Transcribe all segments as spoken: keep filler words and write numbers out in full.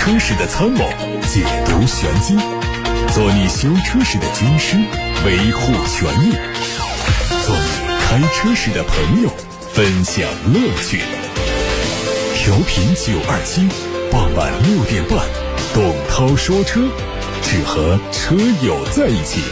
车时的参谋，解读玄机，做你修车时的军师，维护权益；做你开车时的朋友，分享乐趣。调频九二七，傍晚六点半，董涛说车，只和车友在一起。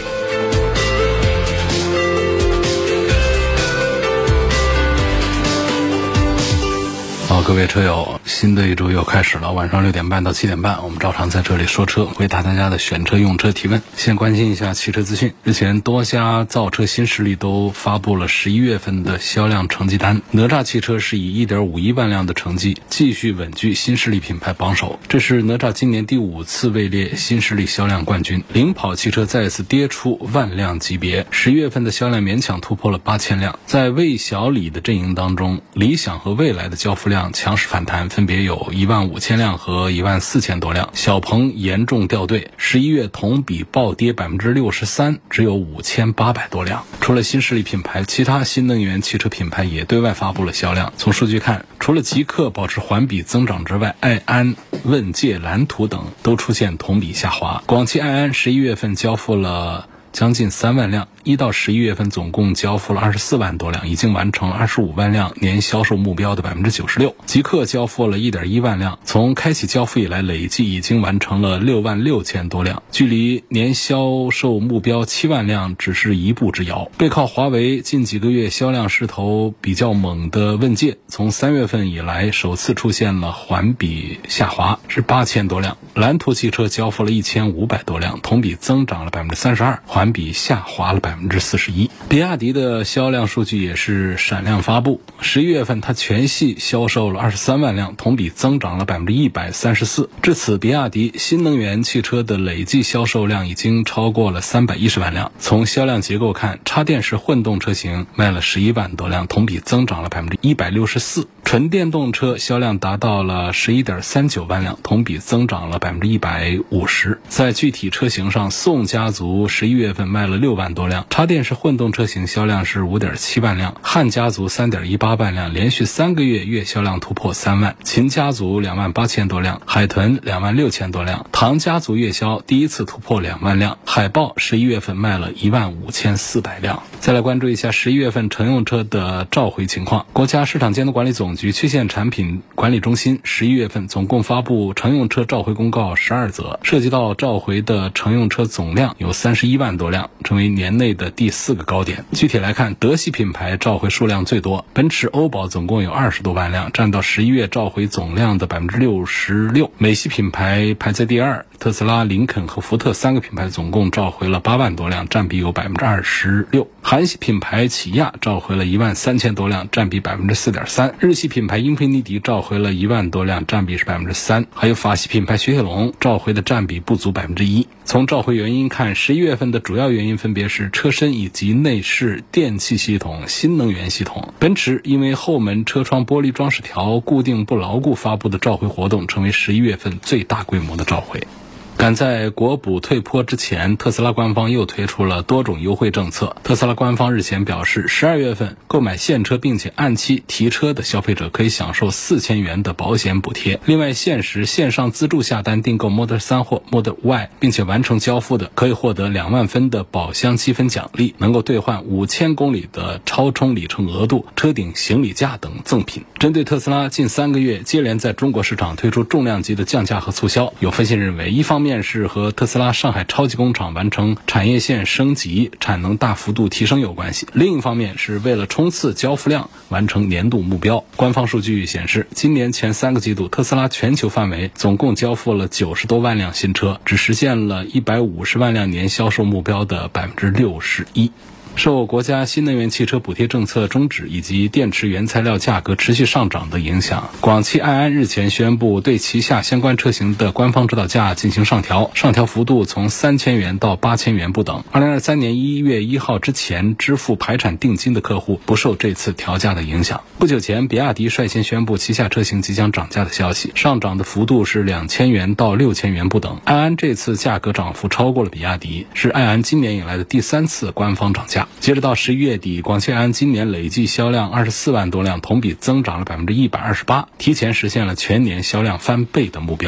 好，各位车友，新的一周又开始了。晚上六点半到七点半，我们照常在这里说车，回答大家的选车用车提问。先关心一下汽车资讯。日前，多家造车新势力都发布了十一月份的销量成绩单。哪吒汽车是以 一点五一万辆的成绩继续稳居新势力品牌榜首，这是哪吒今年第五次位列新势力销量冠军。领跑汽车再次跌出万辆级别，十一月份的销量勉强突破了八千辆。在魏小李的阵营当中，理想和蔚来的交付量强势反弹，分别有一万五千辆和一万四千多辆。小鹏严重掉队，十一月同比暴跌百分之六十三，只有五千八百多辆。除了新势力品牌，其他新能源汽车品牌也对外发布了销量。从数据看，除了极氪保持环比增长之外，爱安、问界、蓝图等都出现同比下滑。广汽埃安十一月份交付了将近三万辆，一到十一月份总共交付了二十四万多辆，已经完成二十五万辆年销售目标的百分之九十六。极氪交付了一点一万辆，从开启交付以来累计已经完成了六万六千多辆，距离年销售目标七万辆只是一步之遥。背靠华为近几个月销量势头比较猛的问界，从三月份以来首次出现了环比下滑，是八千多辆。蓝图汽车交付了一千五百多辆，同比增长了百分之三十二，环比下滑了百分之四十一。比亚迪的销量数据也是闪亮发布，十一月份它全系销售了二十三万辆，同比增长了百分之一百三十四。至此，比亚迪新能源汽车的累计销售量已经超过了三百一十万辆。从销量结构看，插电式混动车型卖了十一万多辆，同比增长了百分之一百六十四。纯电动车销量达到了十一点三九万辆，同比增长了百分之一百五十。在具体车型上，宋家族十一月份卖了六万多辆，插电式混动车型销量是五点七万辆，汉家族三点一八万辆，连续三个月月销量突破三万，秦家族两万八千多辆，海豚两万六千多辆，唐家族月销第一次突破两万辆，海豹十一月份卖了一万五千四百辆。再来关注一下十一月份乘用车的召回情况。国家市场监督管理总局区县产品管理中心十一月份总共发布乘用车召回公告十二则，涉及到召回的乘用车总量有三十一万多辆，成为年内的第四个高点。具体来看，德系品牌召回数量最多，奔驰、欧宝总共有二十多万辆，占到十一月召回总量的百分之六十六。美系品牌排在第二，特斯拉、林肯和福特三个品牌总共召回了八万多辆，占比有百分之二十六。韩系品牌起亚召回了一万三千多辆，占比百分之四点三。日系品牌英菲尼迪召回了一万多辆，占比是百分之三。还有法系品牌雪铁龙召回的占比不足百分之一。从召回原因看，十一月份的主要原因分别是车身以及内饰、电气系统、新能源系统。奔驰因为后门车窗玻璃装饰条固定不牢固发布的召回活动，成为十一月份最大规模的召回。赶在国补退坡之前，特斯拉官方又推出了多种优惠政策。特斯拉官方日前表示，十二月份购买现车并且按期提车的消费者可以享受四千元的保险补贴。另外，限时线上自助下单订购 Model 三或 Model Y 并且完成交付的，可以获得两万分的宝箱积分奖励，能够兑换五千公里的超充里程额度、车顶行李架等赠品。针对特斯拉近三个月接连在中国市场推出重量级的降价和促销，有分析认为，一方面是和特斯拉上海超级工厂完成产业线升级、产能大幅度提升有关系，另一方面是为了冲刺交付量，完成年度目标。官方数据显示，今年前三个季度，特斯拉全球范围总共交付了九十多万辆新车，只实现了一百五十万辆年销售目标的百分之六十一。受国家新能源汽车补贴政策终止以及电池原材料价格持续上涨的影响，广汽埃安日前宣布对旗下相关车型的官方指导价进行上调，上调幅度从三千元到八千元不等。二零二三年一月一号之前支付排产定金的客户不受这次调价的影响。不久前，比亚迪率先宣布旗下车型即将涨价的消息，上涨的幅度是两千元到六千元不等。埃安这次价格涨幅超过了比亚迪，是埃安今年以来的第三次官方涨价。截止到十一月底，广汽埃安今年累计销量二十四万多辆，同比增长了百分之一百二十八，提前实现了全年销量翻倍的目标。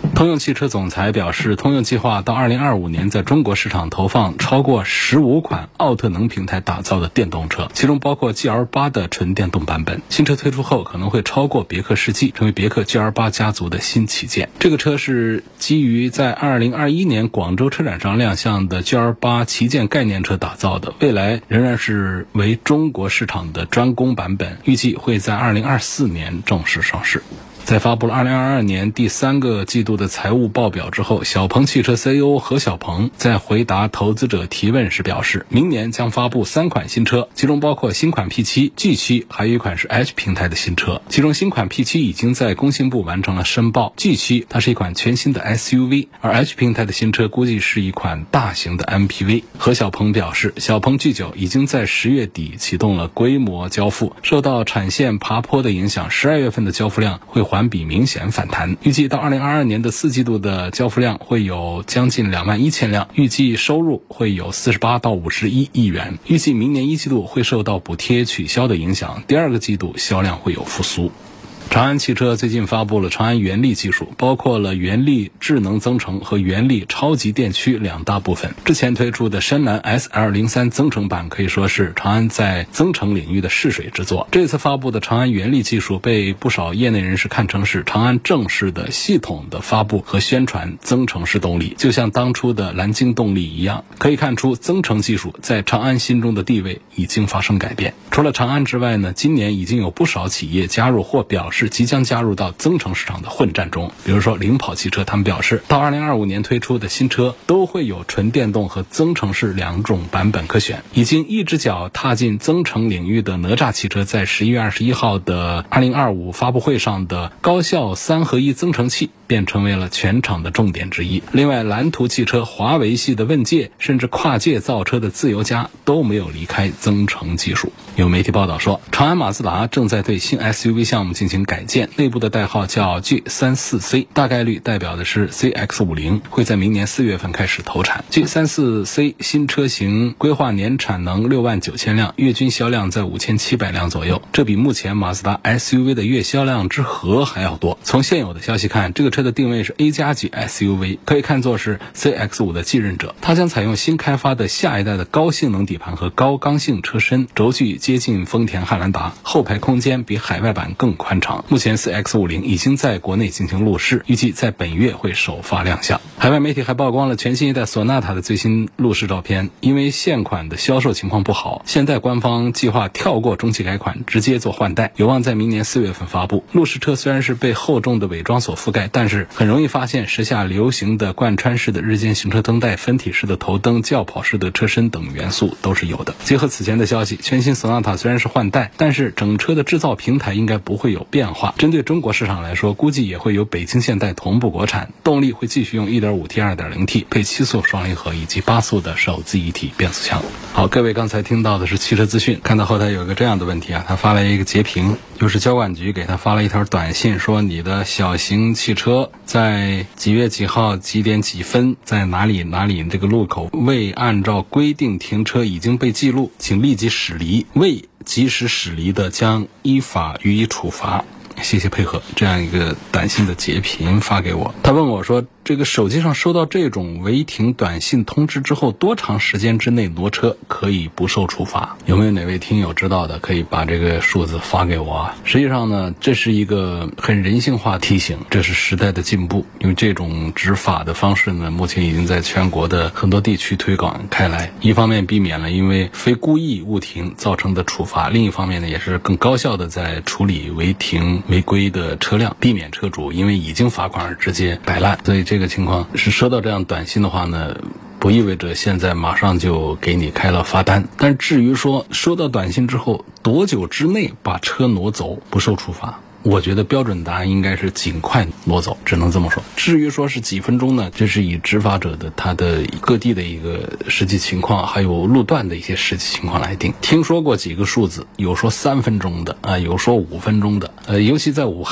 通用汽车总裁表示，通用计划到二零二五年在中国市场投放超过十五款奥特能平台打造的电动车，其中包括 G L 八 的纯电动版本。新车推出后可能会超过别克世纪，成为别克 G L 八 家族的新旗舰。这个车是基于在二零二一年广州车展上亮相的 G L 八 旗舰概念车打造的，未来仍然是为中国市场的专供版本，预计会在二零二四年正式上市。在发布了二零二二年第三个季度的财务报表之后，小鹏汽车 C E O 何小鹏在回答投资者提问时表示，明年将发布三款新车，其中包括新款 P 七、G 七，还有一款是 H 平台的新车。其中新款 P 七 已经在工信部完成了申报， G 七 它是一款全新的 S U V， 而 H 平台的新车估计是一款大型的 M P V。 何小鹏表示，小鹏 G 九 已经在十月底启动了规模交付，受到产线爬坡的影响，十二月份的交付量会环比明显反弹，预计到二零二二年的四季度的交付量会有将近两万一千辆，预计收入会有四十八到五十一亿元，预计明年一季度会受到补贴取消的影响，第二个季度销量会有复苏。长安汽车最近发布了长安原力技术，包括了原力智能增程和原力超级电驱两大部分。之前推出的深蓝 S L 零三 增程版可以说是长安在增程领域的试水之作。这次发布的长安原力技术被不少业内人士看成是长安正式的系统的发布和宣传增程式动力，就像当初的蓝鲸动力一样。可以看出增程技术在长安心中的地位已经发生改变。除了长安之外呢，今年已经有不少企业加入或表示即将加入到增程市场的混战中。比如说领跑汽车，他们表示到二零二五年推出的新车都会有纯电动和增程式两种版本可选。已经一只脚踏进增程领域的哪吒汽车在十一月二十一号的二零二五发布会上的高效三合一增程器便成为了全场的重点之一。另外蓝图汽车、华为系的问界，甚至跨界造车的自由家都没有离开增程技术。有媒体报道说，长安马自达正在对新 S U V 项目进行改建，内部的代号叫 G 三十四 C， 大概率代表的是 C X 五十， 会在明年四月份开始投产。 G 三十四 C 新车型规划年产能六万九千辆，月均销量在五千七百辆左右，这比目前马自达 S U V 的月销量之和还要多。从现有的消息看，这个车的定位是 A 加级 S U V， 可以看作是 C X 五 的继任者。它将采用新开发的下一代的高性能底盘和高刚性车身，轴距接近丰田汉兰达，后排空间比海外版更宽敞。目前 C X 五十 已经在国内进行路试，预计在本月会首发亮相。海外媒体还曝光了全新一代索纳塔的最新路试照片，因为现款的销售情况不好，现代官方计划跳过中期改款，直接做换代，有望在明年四月份发布。路试车虽然是被厚重的伪装所覆盖，但是很容易发现时下流行的贯穿式的日间行车灯带、分体式的头灯、轿跑式的车身等元素都是有的。结合此前的消息，全新索纳塔虽然是换代，但是整车的制造平台应该不会有变化。针对中国市场来说，估计也会由北京现代同步国产，动力会继续用 一点五 T、二点零 T 配七速双离合以及八速的手自一体变速箱。好，各位刚才听到的是汽车资讯，看到后台有一个这样的问题啊，他发来一个截屏，就是交管局给他发了一条短信，说你的小型汽车在几月几号几点几分在哪里哪里这个路口未按照规定停车已经被记录，请立即驶离，未及时驶离的将依法予以处罚。谢谢配合。这样一个短信的截屏发给我，他问我说，这个手机上收到这种违停短信通知之后，多长时间之内挪车可以不受处罚？有没有哪位听友知道的，可以把这个数字发给我啊？实际上呢，这是一个很人性化提醒，这是时代的进步。因为这种执法的方式呢，目前已经在全国的很多地区推广开来。一方面避免了因为非故意误停造成的处罚，另一方面呢，也是更高效的在处理违停违规的车辆，避免车主因为已经罚款而直接摆烂。所以这个情况是收到这样短信的话呢，不意味着现在马上就给你开了罚单。但至于说收到短信之后多久之内把车挪走不受处罚，我觉得标准答案应该是尽快挪走，只能这么说。至于说是几分钟呢，这是以执法者的他的各地的一个实际情况，还有路段的一些实际情况来定。听说过几个数字，有说三分钟的啊，有说五分钟的。呃，尤其在武汉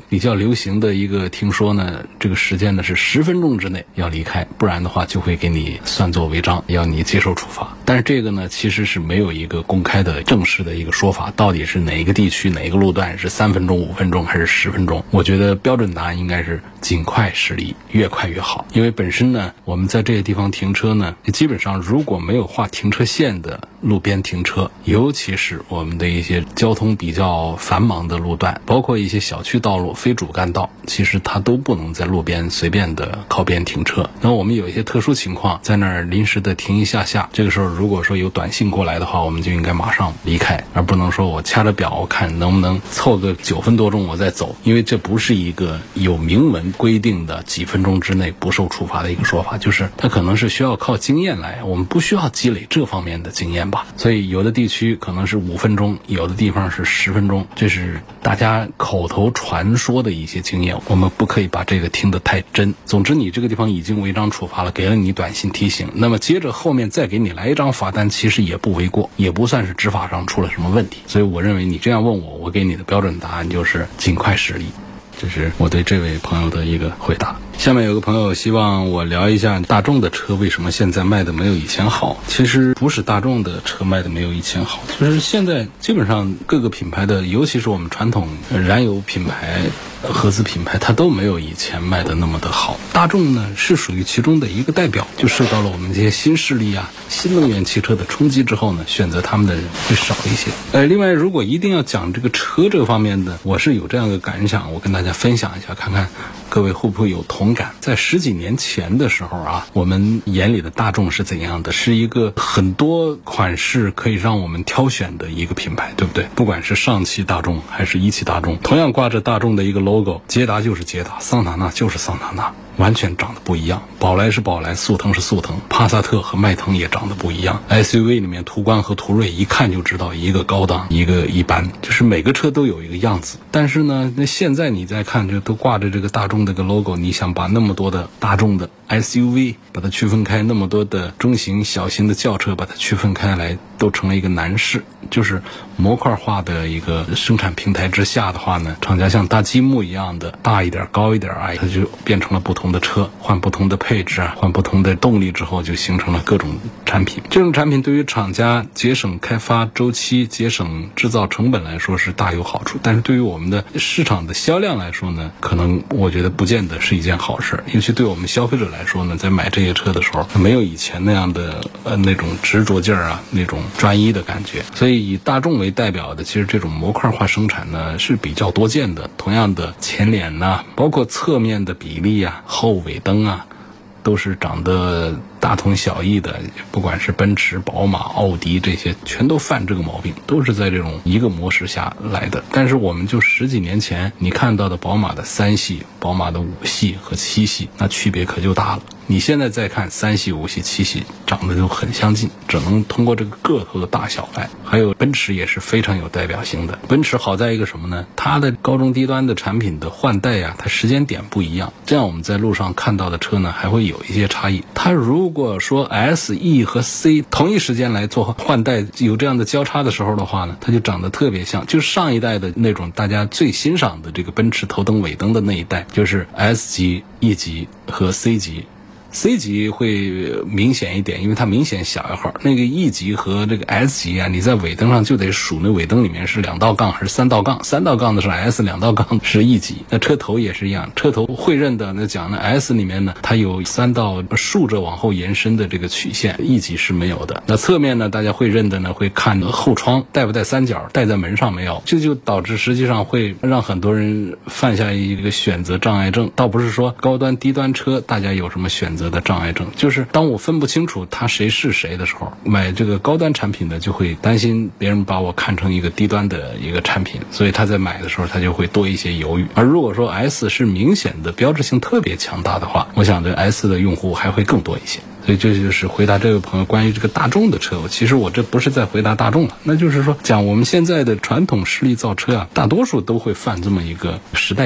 比较流行的一个听说呢，这个时间呢是十分钟之内要离开，不然的话就会给你算作违章，要你接受处罚。但是这个呢其实是没有一个公开的正式的一个说法，到底是哪一个地区哪一个路段是三分钟五分钟还是十分钟。我觉得标准答案应该是尽快驶离，越快越好。因为本身呢我们在这些地方停车呢，基本上如果没有画停车线的路边停车，尤其是我们的一些交通比较繁忙的路段，包括一些小区道路非主干道，其实它都不能在路边随便的靠边停车。那我们有一些特殊情况在那儿临时的停一下下，这个时候如果说有短信过来的话，我们就应该马上离开，而不能说我掐着表看能不能凑个九分多钟我再走。因为这不是一个有明文规定的几分钟之内不受处罚的一个说法，就是它可能是需要靠经验来，我们不需要积累这方面的经验吧。所以有的地区可能是五分钟，有的地方是十分钟，这是大家口头传说的一些经验，我们不可以把这个听得太真。总之你这个地方已经违章处罚了，给了你短信提醒，那么接着后面再给你来一张罚单，其实也不为过，也不算是执法上出了什么问题。所以我认为你这样问我，我给你的标准答案就是尽快驶离。这是我对这位朋友的一个回答。下面有个朋友希望我聊一下大众的车为什么现在卖的没有以前好。其实不是大众的车卖的没有以前好，就是现在基本上各个品牌的，尤其是我们传统燃油品牌合资品牌，它都没有以前卖的那么的好。大众呢是属于其中的一个代表，就受到了我们这些新势力啊新能源汽车的冲击之后呢，选择他们的人会少一些。呃，另外如果一定要讲这个车这个方面的，我是有这样的感想，我跟大家分享一下，看看各位会不会有同感。在十几年前的时候啊，我们眼里的大众是怎样的？是一个很多款式可以让我们挑选的一个品牌，对不对？不管是上汽大众还是一汽大众，同样挂着大众的一个 logo， 捷达就是捷达，桑塔纳就是桑塔纳，完全长得不一样。宝来是宝来，速腾是速腾，帕萨特和迈腾也长得不一样。 S U V 里面途观和途锐一看就知道一个高档一个一般，就是每个车都有一个样子。但是呢，那现在你再看，就都挂着这个大众这个 logo， 你想把那么多的大众的 S U V 把它区分开，那么多的中型小型的轿车把它区分开来，都成了一个难事。就是模块化的一个生产平台之下的话呢，厂家像大积木一样的大一点高一点，哎，它就变成了不同的车，换不同的配置啊，换不同的动力之后，就形成了各种产品。这种产品对于厂家节省开发周期、节省制造成本来说是大有好处，但是对于我们的市场的销量来说呢，可能我觉得不见得是一件好事。尤其对我们消费者来说呢，在买这些车的时候，没有以前那样的呃那种执着劲儿啊，那种专一的感觉。所以以大众为代表的，其实这种模块化生产呢是比较多见的。同样的前脸呐、啊，包括侧面的比例啊、后尾灯啊，都是长得大同小异的。不管是奔驰、宝马、奥迪这些，全都犯这个毛病，都是在这种一个模式下来的。但是我们就十几年前你看到的宝马的三系、宝马的五系和七系，那区别可就大了。你现在再看三系、五系、七系长得就很相近，只能通过这个个头的大小来。还有奔驰也是非常有代表性的。奔驰好在一个什么呢？它的高中低端的产品的换代呀、啊，它时间点不一样，这样我们在路上看到的车呢还会有一些差异。它如果说 S、E 和 C 同一时间来做换代，有这样的交叉的时候的话呢，它就长得特别像，就是上一代的那种大家最欣赏的这个奔驰头灯尾灯的那一代，就是 S 级、E 级和 C 级。C 级会明显一点，因为它明显小一号。那个 E 级和这个 S 级啊，你在尾灯上就得数那尾灯里面是两道杠还是三道杠，三道杠的是 S， 两道杠是 E 级。那车头也是一样，车头会认的那讲呢 S 里面呢，它有三道竖着往后延伸的这个曲线 ，E 级是没有的。那侧面呢，大家会认的呢，会看后窗带不带三角，带在门上没有，这就导致实际上会让很多人犯下一个选择障碍症。倒不是说高端低端车大家有什么选择的障碍症，就是当我分不清楚它谁是谁的时候，买这个高端产品的就会担心别人把我看成一个低端的一个产品，所以他在买的时候他就会多一些犹豫。而如果说 S 是明显的标志性特别强大的话，我想这 S 的用户还会更多一些。所以这就是回答这位朋友关于这个大众的车。其实我这不是在回答大众了，那就是说讲我们现在的传统势力造车啊，大多数都会犯这么一个时代病。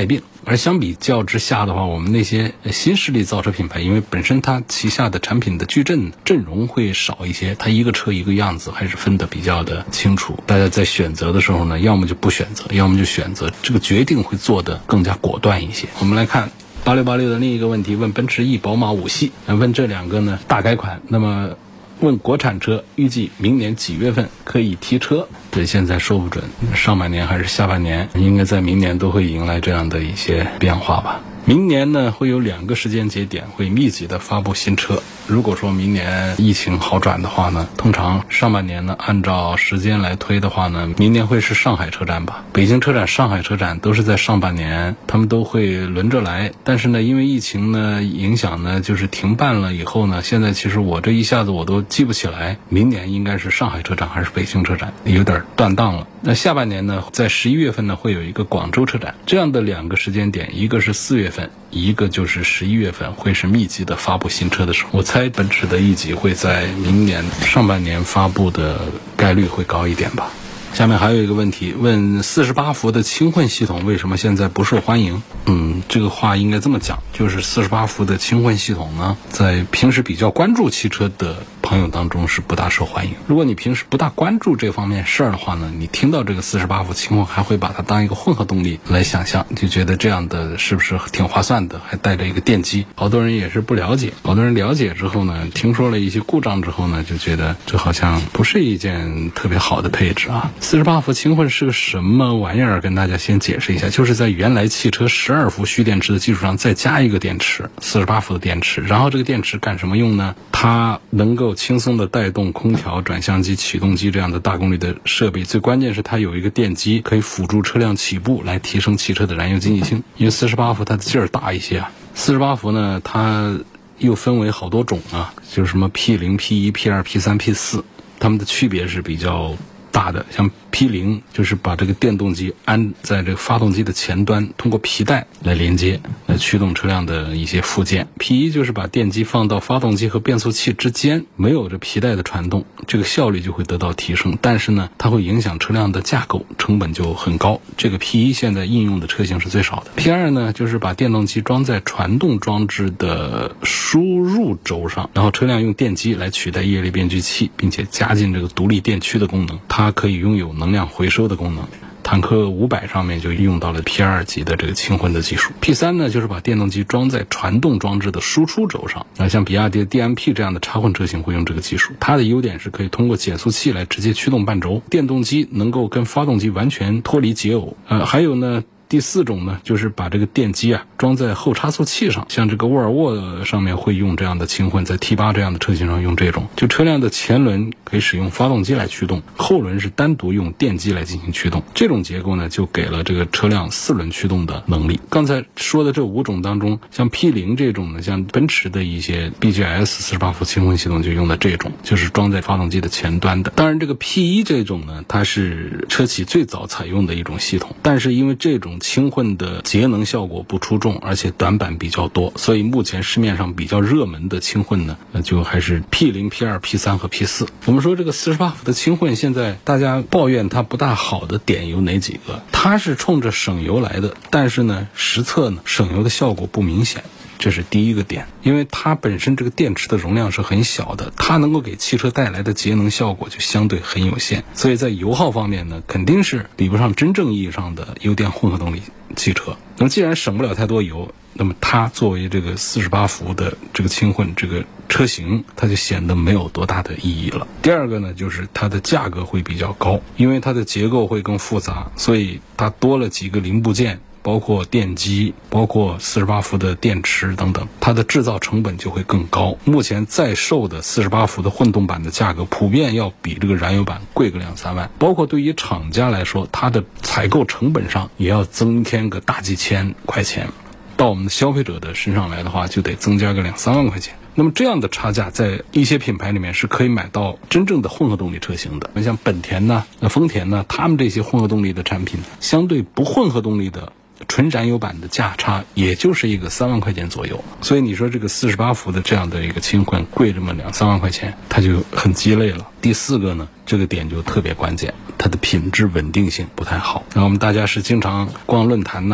而相比较之下的话，我们那些新势力造车品牌，因为本身它旗下的产品的矩阵阵容会少一些，它一个车一个样子还是分得比较的清楚。大家在选择的时候呢，要么就不选择，要么就选择，这个决定会做得更加果断一些。我们来看八六八六的另一个问题，问奔驰 E、宝马五系，问这两个呢大改款，那么问国产车预计明年几月份可以提车，这现在说不准，上半年还是下半年，应该在明年都会迎来这样的一些变化吧。明年呢会有两个时间节点会密集的发布新车。如果说明年疫情好转的话呢，通常上半年呢按照时间来推的话呢，明年会是上海车展吧，北京车展、上海车展都是在上半年，他们都会轮着来。但是呢因为疫情呢影响呢就是停办了以后呢，现在其实我这一下子我都记不起来明年应该是上海车展还是北京车展，有点断档了。那下半年呢在十一月份呢会有一个广州车展，这样的两个时间点，一个是四月份，一个就是十一月份，会是密集的发布新车的时候。我猜奔驰的 E 级会在明年上半年发布的概率会高一点吧。下面还有一个问题，问四十八伏的轻混系统为什么现在不受欢迎？嗯，这个话应该这么讲，就是四十八伏的轻混系统呢，在平时比较关注汽车的朋友当中是不大受欢迎。如果你平时不大关注这方面事儿的话呢，你听到这个四十八伏轻混还会把它当一个混合动力来想象，就觉得这样的是不是挺划算的，还带着一个电机。好多人也是不了解，好多人了解之后呢，听说了一些故障之后呢，就觉得这好像不是一件特别好的配置啊。四十八伏轻混是个什么玩意儿？跟大家先解释一下，就是在原来汽车十二伏蓄电池的基础上再加一个电池，四十八伏的电池。然后这个电池干什么用呢？它能够轻松的带动空调、转向机、启动机这样的大功率的设备。最关键是它有一个电机可以辅助车辆起步，来提升汽车的燃油经济性。因为四十八伏它的劲儿大一些啊。四十八伏呢，它又分为好多种啊，就是什么 P 零、P 一、P 二、P 三、P 四，它们的区别是比较大的。像 P 零 就是把这个电动机安在这个发动机的前端，通过皮带来连接，来驱动车辆的一些附件。P 一 就是把电机放到发动机和变速器之间，没有这皮带的传动，这个效率就会得到提升，但是呢它会影响车辆的架构，成本就很高。这个 P 一 现在应用的车型是最少的。P 二 呢就是把电动机装在传动装置的输入轴上，然后车辆用电机来取代液力变矩器，并且加进这个独立电驱的功能，它可以拥有能量回收的功能。坦克五百上面就用到了 P 二 级的这个轻混的技术。P 三 呢就是把电动机装在传动装置的输出轴上，啊，像比亚迪的 D M P 这样的插混车型会用这个技术。它的优点是可以通过减速器来直接驱动半轴，电动机能够跟发动机完全脱离解耦。呃，还有呢第四种呢，就是把这个电机啊装在后差速器上，像这个沃尔沃上面会用这样的轻混，在 T 八 这样的车型上用这种，就车辆的前轮可以使用发动机来驱动，后轮是单独用电机来进行驱动。这种结构呢，就给了这个车辆四轮驱动的能力。刚才说的这五种当中，像 P 零 这种呢，像奔驰的一些 B G S 四十八伏轻混系统就用的这种，就是装在发动机的前端的。当然这个 P 一 这种呢，它是车企最早采用的一种系统，但是因为这种轻混的节能效果不出众，而且短板比较多，所以目前市面上比较热门的轻混呢，就还是 P 零、P 二、P 三和 P 四。我们说这个四十八伏的轻混，现在大家抱怨它不大好的点有哪几个？它是冲着省油来的，但是呢，实测呢，省油的效果不明显。这是第一个点，因为它本身这个电池的容量是很小的，它能够给汽车带来的节能效果就相对很有限，所以在油耗方面呢，肯定是比不上真正意义上的油电混合动力汽车。那么既然省不了太多油，那么它作为这个四十八伏的这个轻混这个车型，它就显得没有多大的意义了。第二个呢，就是它的价格会比较高，因为它的结构会更复杂，所以它多了几个零部件，包括电机，包括四十八伏的电池等等，它的制造成本就会更高。目前在售的四十八伏的混动版的价格普遍要比这个燃油版贵个两三万，包括对于厂家来说，它的采购成本上也要增添个大几千块钱，到我们的消费者的身上来的话，就得增加个两三万块钱。那么这样的差价在一些品牌里面是可以买到真正的混合动力车型的，像本田呢、丰田呢，他们这些混合动力的产品，相对不混合动力的纯燃油版的价差也就是一个三万块钱左右。所以你说这个四十八伏的这样的一个轻混贵这么两三万块钱，它就很鸡肋了。第四个呢，这个点就特别关键，它的品质稳定性不太好。然后我们大家是经常逛论坛呐、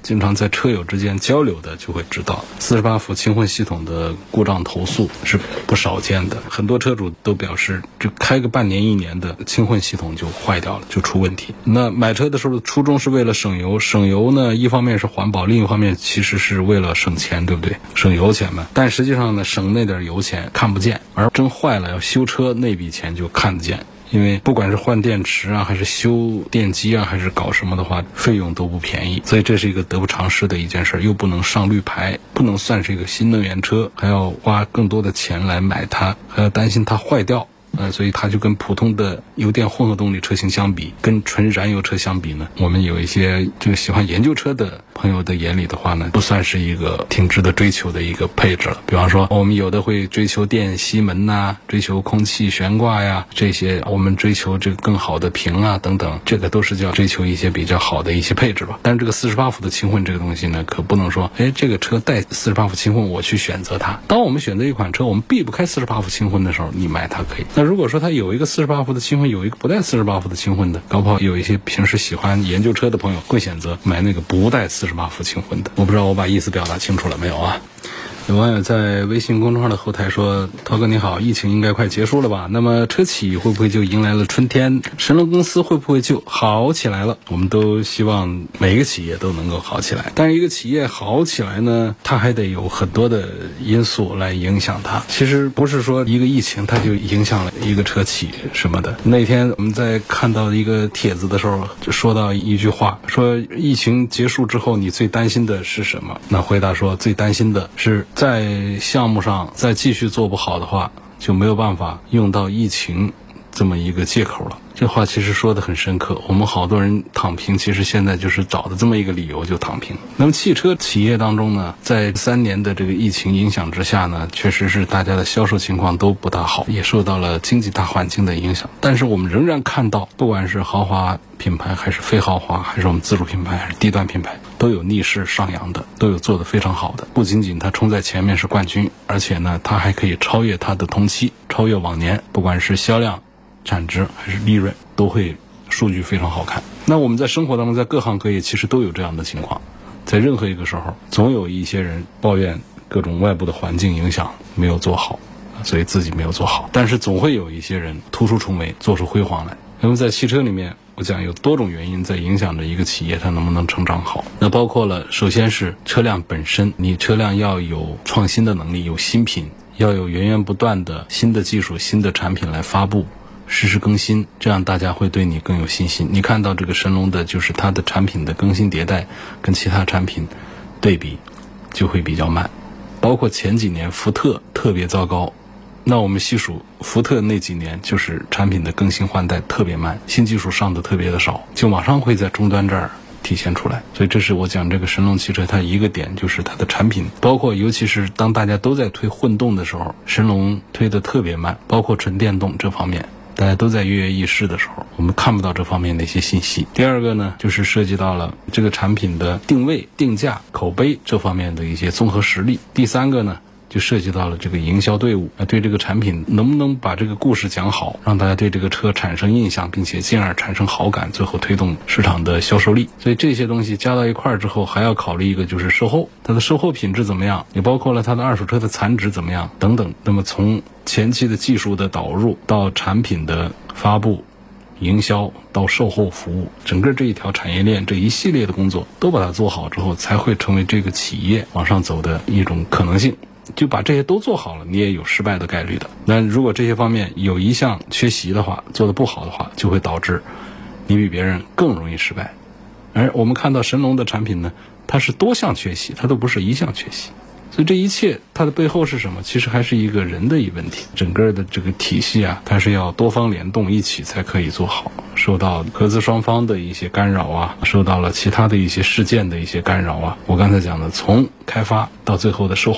经常在车友之间交流的就会知道，四十八伏轻混系统的故障投诉是不少见的。很多车主都表示，就开个半年一年的轻混系统就坏掉了，就出问题。那买车的时候的初衷是为了省油，省油呢，一方面是环保，另一方面其实是为了省钱，对不对？省油钱嘛。但实际上呢，省那点油钱看不见，而真坏了要修车那笔钱就看得见。因为不管是换电池啊，还是修电机啊，还是搞什么的话，费用都不便宜，所以这是一个得不偿失的一件事，又不能上绿牌，不能算是一个新能源车，还要花更多的钱来买它，还要担心它坏掉。呃，所以它就跟普通的油电混合动力车型相比，跟纯燃油车相比呢，我们有一些这个喜欢研究车的朋友的眼里的话呢，不算是一个挺值得追求的一个配置了。比方说，我们有的会追求电吸门呐、啊，追求空气悬挂呀，这些我们追求这个更好的屏啊等等，这个都是叫追求一些比较好的一些配置吧。但是这个四十八伏的轻混这个东西呢，可不能说，哎，这个车带四十八伏轻混，我去选择它。当我们选择一款车，我们避不开四十八伏轻混的时候，你买它可以。那如果说它有一个四十八伏的轻混，有一个不带四十八伏的轻混的，搞不好有一些平时喜欢研究车的朋友会选择买那个不带四十八伏轻混的。我不知道我把意思表达清楚了没有啊？有网友在微信公众号的后台说，涛哥你好，疫情应该快结束了吧？那么车企会不会就迎来了春天？神龙公司会不会就好起来了？我们都希望每一个企业都能够好起来，但是一个企业好起来呢，它还得有很多的因素来影响它。其实不是说一个疫情它就影响了一个车企什么的。那天我们在看到一个帖子的时候，就说到一句话，说疫情结束之后你最担心的是什么？那回答说，最担心的是在项目上再继续做不好的话，就没有办法用到疫情这么一个借口了。这话其实说得很深刻，我们好多人躺平，其实现在就是找的这么一个理由就躺平。那么汽车企业当中呢，在三年的这个疫情影响之下呢，确实是大家的销售情况都不大好，也受到了经济大环境的影响。但是我们仍然看到，不管是豪华品牌还是非豪华，还是我们自主品牌还是低端品牌，都有逆势上扬的，都有做得非常好的。不仅仅它冲在前面是冠军，而且呢，它还可以超越它的同期，超越往年，不管是销量、产值还是利润，都会数据非常好看。那我们在生活当中，在各行各业其实都有这样的情况，在任何一个时候，总有一些人抱怨各种外部的环境影响没有做好，所以自己没有做好，但是总会有一些人突出重围，做出辉煌来。那么在汽车里面，我讲有多种原因在影响着一个企业它能不能成长好。那包括了，首先是车辆本身，你车辆要有创新的能力，有新品，要有源源不断的新的技术、新的产品来发布，实时更新，这样大家会对你更有信心。你看到这个神龙的就是它的产品的更新迭代跟其他产品对比就会比较慢，包括前几年福特特别糟糕，那我们细数福特那几年就是产品的更新换代特别慢，新技术上的特别的少，就马上会在终端这儿体现出来。所以这是我讲这个神龙汽车它一个点，就是它的产品，包括尤其是当大家都在推混动的时候，神龙推的特别慢，包括纯电动这方面大家都在跃跃欲试的时候，我们看不到这方面的一些信息。第二个呢，就是涉及到了这个产品的定位、定价、口碑这方面的一些综合实力。第三个呢，就涉及到了这个营销队伍，对这个产品能不能把这个故事讲好，让大家对这个车产生印象，并且进而产生好感，最后推动市场的销售力。所以这些东西加到一块儿之后，还要考虑一个就是售后，它的售后品质怎么样，也包括了它的二手车的残值怎么样等等。那么从前期的技术的导入到产品的发布、营销到售后服务，整个这一条产业链这一系列的工作都把它做好之后，才会成为这个企业往上走的一种可能性。就把这些都做好了，你也有失败的概率的。那如果这些方面有一项缺席的话，做得不好的话，就会导致你比别人更容易失败。而我们看到神龙的产品呢，它是多项缺席，它都不是一项缺席。所以这一切它的背后是什么？其实还是一个人的一问题。整个的这个体系啊，它是要多方联动一起才可以做好。受到合资双方的一些干扰啊，受到了其他的一些事件的一些干扰啊，我刚才讲的从开发到最后的售后，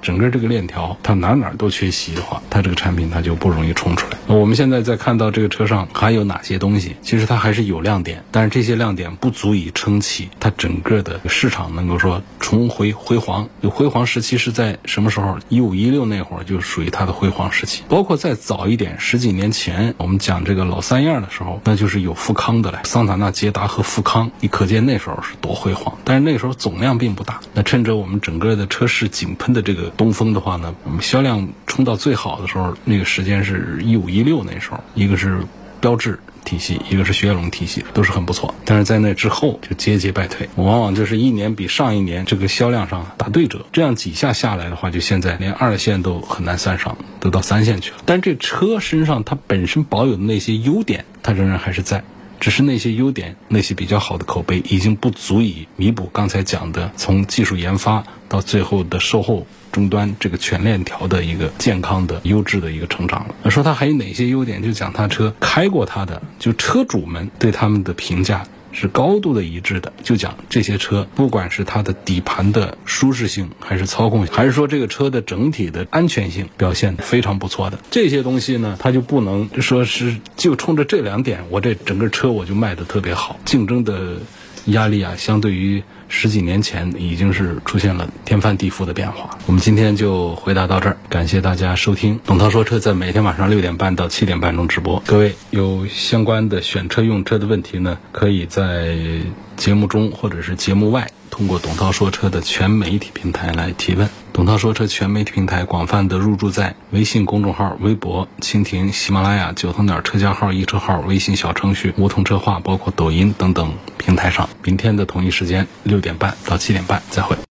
整个这个链条它哪哪都缺席的话，它这个产品它就不容易冲出来。我们现在在看到这个车上还有哪些东西，其实它还是有亮点，但是这些亮点不足以撑起它整个的市场能够说重回辉煌。有辉煌时期是在什么时候？一五一六那会儿就属于它的辉煌时期。包括再早一点，十几年前我们讲这个老三样的时候，那就是有富康的了，桑塔纳、捷达和富康，你可见那时候是多辉煌。但是那时候总量并不大，那趁着我们整个的车市井喷的这个东风的话呢，我们销量冲到最好的时候，那个时间是一五一六那时候，一个是标致体系，一个是雪铁龙体系，都是很不错。但是在那之后就节节败退，往往就是一年比上一年这个销量上打对折，这样几下下来的话，就现在连二线都很难算上，都到三线去了。但这车身上它本身保有的那些优点，它仍然还是在，只是那些优点，那些比较好的口碑已经不足以弥补刚才讲的从技术研发到最后的售后终端这个全链条的一个健康的优质的一个成长了。说它还有哪些优点，就讲它车开过它的，就车主们对他们的评价是高度的一致的，就讲这些车不管是它的底盘的舒适性，还是操控性，还是说这个车的整体的安全性表现非常不错的。这些东西呢，它就不能说是就冲着这两点，我这整个车我就卖得特别好。竞争的压力啊，相对于十几年前已经是出现了天翻地覆的变化。我们今天就回答到这儿，感谢大家收听董涛说车，在每天晚上六点半到七点半中直播。各位有相关的选车用车的问题呢，可以在节目中或者是节目外通过董涛说车的全媒体平台来提问。董涛说车全媒体平台广泛的入驻在微信公众号、微博、蜻蜓、喜马拉雅、九头鸟车家号、一车号、微信小程序、梧桐车话，包括抖音等等平台上。明天的同一时间六点半到七点半再会。